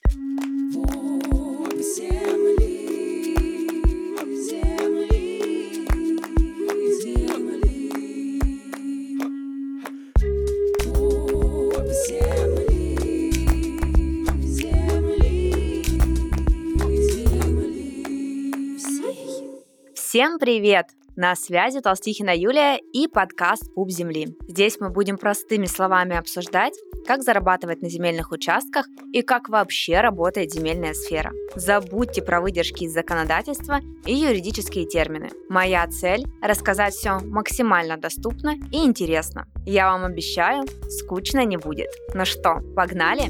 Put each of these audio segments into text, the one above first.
Всем привет! На связи Толстихина Юлия и подкаст «Пуп земли». Здесь мы будем простыми словами обсуждать, как зарабатывать на земельных участках и как вообще работает земельная сфера. Забудьте про выдержки из законодательства и юридические термины. Моя цель – рассказать все максимально доступно и интересно. Я вам обещаю, скучно не будет. Ну что, погнали?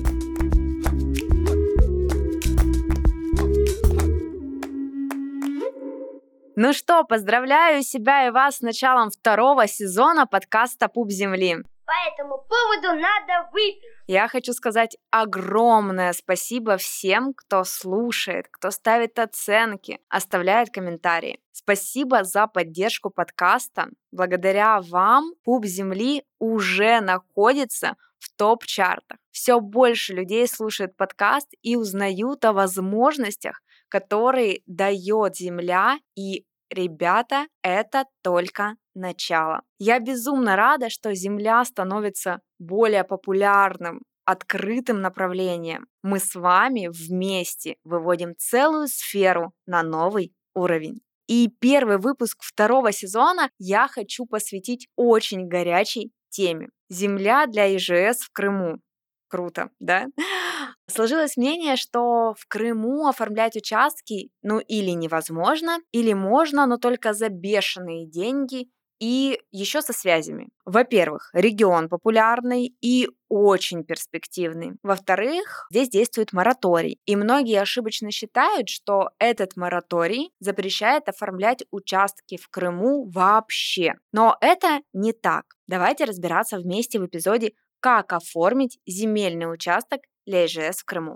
Ну что, поздравляю себя и вас с началом второго сезона подкаста «Пуп земли». По этому поводу надо выпить. Я хочу сказать огромное спасибо всем, кто слушает, кто ставит оценки, оставляет комментарии. Спасибо за поддержку подкаста. Благодаря вам «Пуп земли» уже находится в топ-чартах. Все больше людей слушают подкаст и узнают о возможностях, которые дает земля, и, ребята, это только начало. Я безумно рада, что земля становится более популярным, открытым направлением. Мы с вами вместе выводим целую сферу на новый уровень. И первый выпуск второго сезона я хочу посвятить очень горячей теме. Земля для ИЖС в Крыму. Круто, да? Сложилось мнение, что в Крыму оформлять участки, или невозможно, или можно, но только за бешеные деньги и еще со связями. Во-первых, регион популярный и очень перспективный. Во-вторых, здесь действует мораторий. И многие ошибочно считают, что этот мораторий запрещает оформлять участки в Крыму вообще. Но это не так. Давайте разбираться вместе в эпизоде «Как оформить земельный участок для ИЖС в Крыму».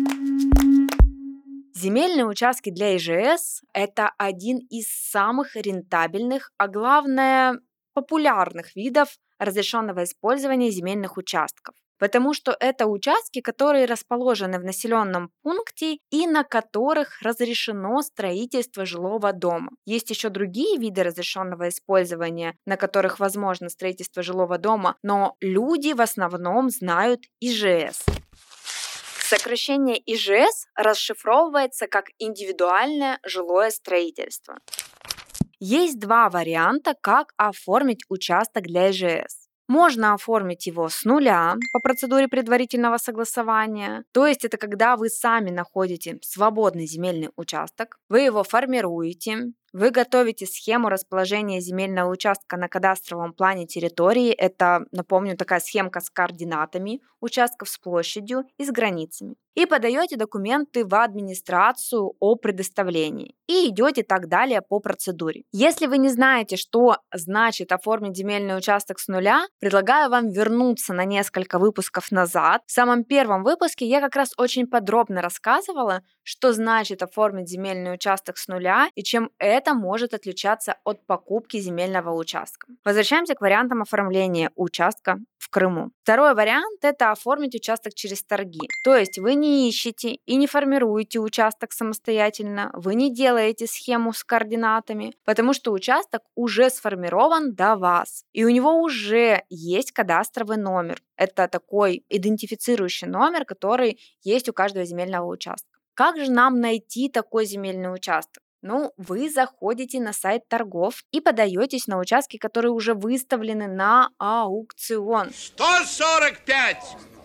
Земельные участки для ИЖС – это один из самых рентабельных, а главное популярных видов разрешенного использования земельных участков. Потому что это участки, которые расположены в населенном пункте и на которых разрешено строительство жилого дома. Есть еще другие виды разрешенного использования, на которых возможно строительство жилого дома, но люди в основном знают ИЖС. Сокращение ИЖС расшифровывается как индивидуальное жилое строительство. Есть два варианта, как оформить участок для ИЖС. Можно оформить его с нуля по процедуре предварительного согласования, то есть это когда вы сами находите свободный земельный участок, вы его формируете, вы готовите схему расположения земельного участка на кадастровом плане территории. Это, напомню, такая схемка с координатами участков, с площадью и с границами. И подаете документы в администрацию о предоставлении. И идете так далее по процедуре. Если вы не знаете, что значит оформить земельный участок с нуля, предлагаю вам вернуться на несколько выпусков назад. В самом первом выпуске я как раз очень подробно рассказывала, что значит оформить земельный участок с нуля и чем это может отличаться от покупки земельного участка. Возвращаемся к вариантам оформления участка в Крыму. Второй вариант – это оформить участок через торги. То есть вы не ищете и не формируете участок самостоятельно, вы не делаете схему с координатами, потому что участок уже сформирован до вас, и у него уже есть кадастровый номер. Это такой идентифицирующий номер, который есть у каждого земельного участка. Как же нам найти такой земельный участок? Вы заходите на сайт торгов и подаетесь на участки, которые уже выставлены на аукцион. 145!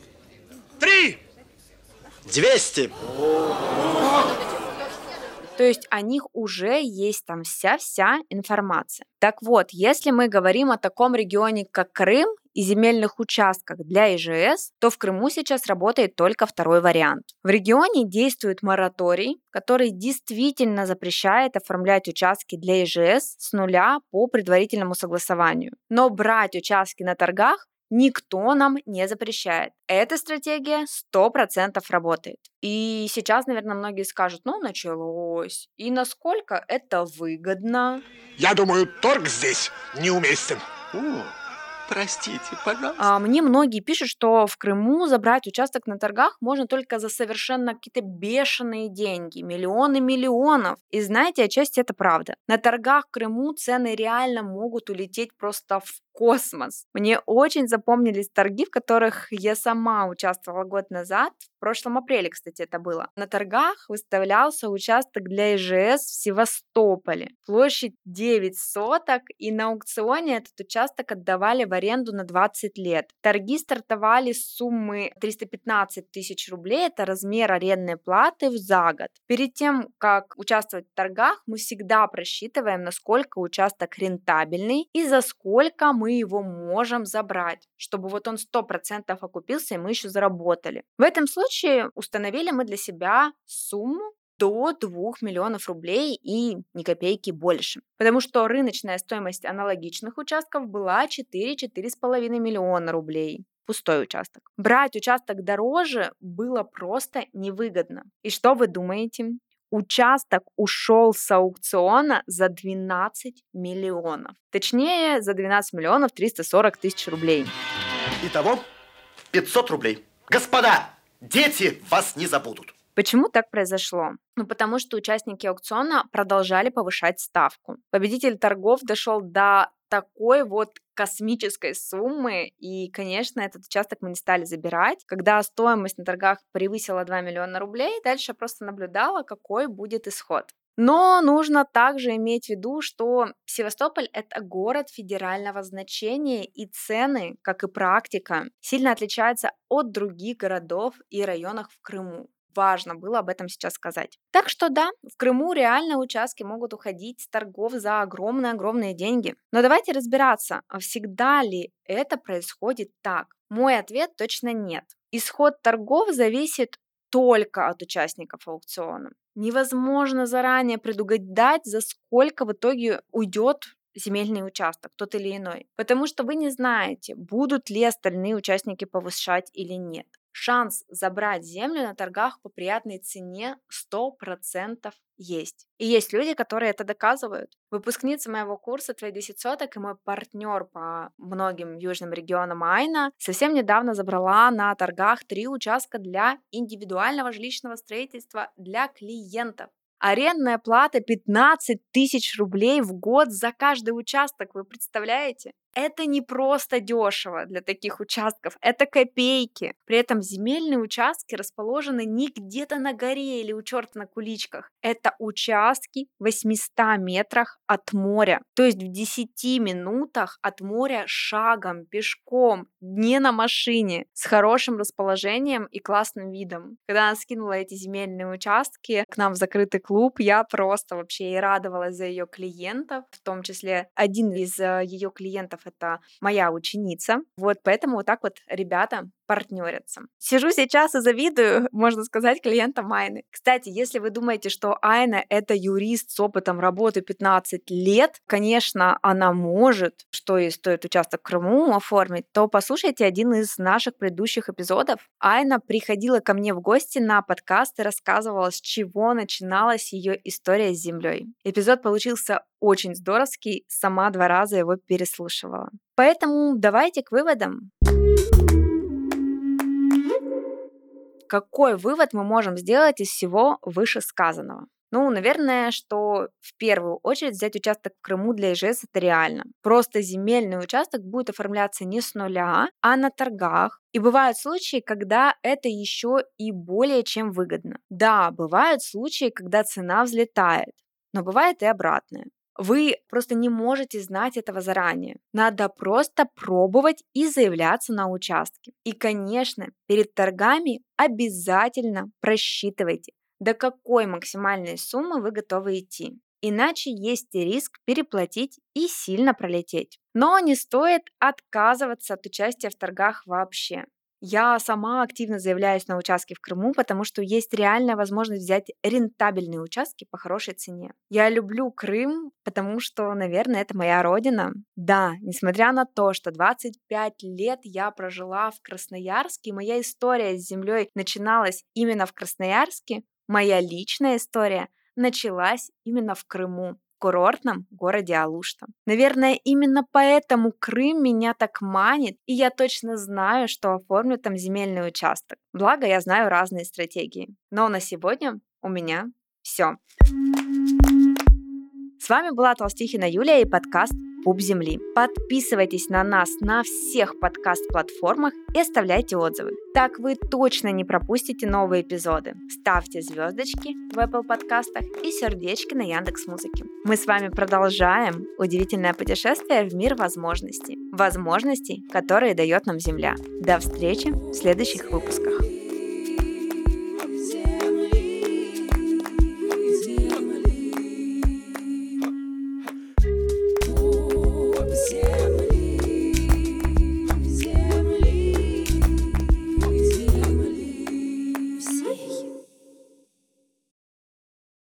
3! 200! То есть о них уже есть там вся информация. Так вот, если мы говорим о таком регионе, как Крым, и земельных участках для ИЖС, то в Крыму сейчас работает только второй вариант. В регионе действует мораторий, который действительно запрещает оформлять участки для ИЖС с нуля по предварительному согласованию. Но брать участки на торгах никто нам не запрещает. Эта стратегия 100% работает. И сейчас, наверное, многие скажут, началось. И насколько это выгодно? Я думаю, торг здесь неуместен. Простите, пожалуйста. Мне многие пишут, что в Крыму забрать участок на торгах можно только за совершенно какие-то бешеные деньги, миллионы миллионов. И знаете, отчасти это правда. На торгах в Крыму цены реально могут улететь просто в космос. Мне очень запомнились торги, в которых я сама участвовала год назад. В прошлом апреле, кстати, это было. На торгах выставлялся участок для ИЖС в Севастополе. Площадь 9 соток, и на аукционе этот участок отдавали в аренду на 20 лет. Торги стартовали с суммы 315 тысяч рублей, это размер арендной платы за год. Перед тем, как участвовать в торгах, мы всегда просчитываем, насколько участок рентабельный и за сколько мы его можем забрать, чтобы вот он 100% окупился, и мы еще заработали. В этом случае установили мы для себя сумму до 2 миллионов рублей и ни копейки больше. Потому что рыночная стоимость аналогичных участков была 4-4,5 миллиона рублей. Пустой участок. Брать участок дороже было просто невыгодно. И что вы думаете? Участок ушел с аукциона за 12 миллионов. Точнее, за 12 миллионов 340 тысяч рублей. Итого 500 рублей. Господа, дети вас не забудут. Почему так произошло? Потому что участники аукциона продолжали повышать ставку. Победитель торгов дошел до такой вот космической суммы, и, конечно, этот участок мы не стали забирать. Когда стоимость на торгах превысила 2 миллиона рублей, дальше я просто наблюдала, какой будет исход. Но нужно также иметь в виду, что Севастополь – это город федерального значения, и цены, как и практика, сильно отличаются от других городов и районов в Крыму. Важно было об этом сейчас сказать. Так что да, в Крыму реально участки могут уходить с торгов за огромные-огромные деньги. Но давайте разбираться, всегда ли это происходит так? Мой ответ точно нет. Исход торгов зависит только от участников аукциона. Невозможно заранее предугадать, за сколько в итоге уйдет земельный участок, тот или иной. Потому что вы не знаете, будут ли остальные участники повышать или нет. Шанс забрать землю на торгах по приятной цене 100% есть. И есть люди, которые это доказывают. Выпускница моего курса «Твои 10 соток» и мой партнер по многим южным регионам Айна совсем недавно забрала на торгах 3 участка для индивидуального жилищного строительства для клиентов. Арендная плата 15 тысяч рублей в год за каждый участок, вы представляете? Это не просто дешево для таких участков, это копейки. При этом земельные участки расположены не где-то на горе или у черта на куличках. Это участки в 800 метрах от моря. То есть в 10 минутах от моря шагом, пешком, не на машине, с хорошим расположением и классным видом. Когда она скинула эти земельные участки к нам в закрытый клуб, я просто вообще и радовалась за ее клиентов, в том числе один из ее клиентов это моя ученица. Вот поэтому вот так вот ребята партнерятся. Сижу сейчас и завидую, можно сказать, клиентам Айны. Кстати, если вы думаете, что Айна — это юрист с опытом работы 15 лет, конечно, она может, что и стоит участок в Крыму оформить, то послушайте один из наших предыдущих эпизодов. Айна приходила ко мне в гости на подкаст и рассказывала, с чего начиналась ее история с землей. Эпизод получился очень здоровский, сама 2 раза его переслушивала. Поэтому давайте к выводам. Какой вывод мы можем сделать из всего вышесказанного? Наверное, что в первую очередь взять участок в Крыму для ИЖС это реально. Просто земельный участок будет оформляться не с нуля, а на торгах. И бывают случаи, когда это еще и более чем выгодно. Да, бывают случаи, когда цена взлетает, но бывает и обратное. Вы просто не можете знать этого заранее. Надо просто пробовать и заявляться на участки. И, конечно, перед торгами обязательно просчитывайте, до какой максимальной суммы вы готовы идти. Иначе есть риск переплатить и сильно пролететь. Но не стоит отказываться от участия в торгах вообще. Я сама активно заявляюсь на участки в Крыму, потому что есть реальная возможность взять рентабельные участки по хорошей цене. Я люблю Крым, потому что, наверное, это моя родина. Да, несмотря на то, что 25 лет я прожила в Красноярске, моя история с землей начиналась именно в Красноярске, моя личная история началась именно в Крыму. курортном городе Алушта. Наверное, именно поэтому Крым меня так манит, и я точно знаю, что оформлю там земельный участок. Благо, я знаю разные стратегии. Но на сегодня у меня все. С вами была Толстихина Юлия и подкаст «Пуп земли». Подписывайтесь на нас на всех подкаст-платформах и оставляйте отзывы. Так вы точно не пропустите новые эпизоды. Ставьте звездочки в Apple подкастах и сердечки на Яндекс.Музыке. Мы с вами продолжаем удивительное путешествие в мир возможностей. Возможностей, которые дает нам Земля. До встречи в следующих выпусках.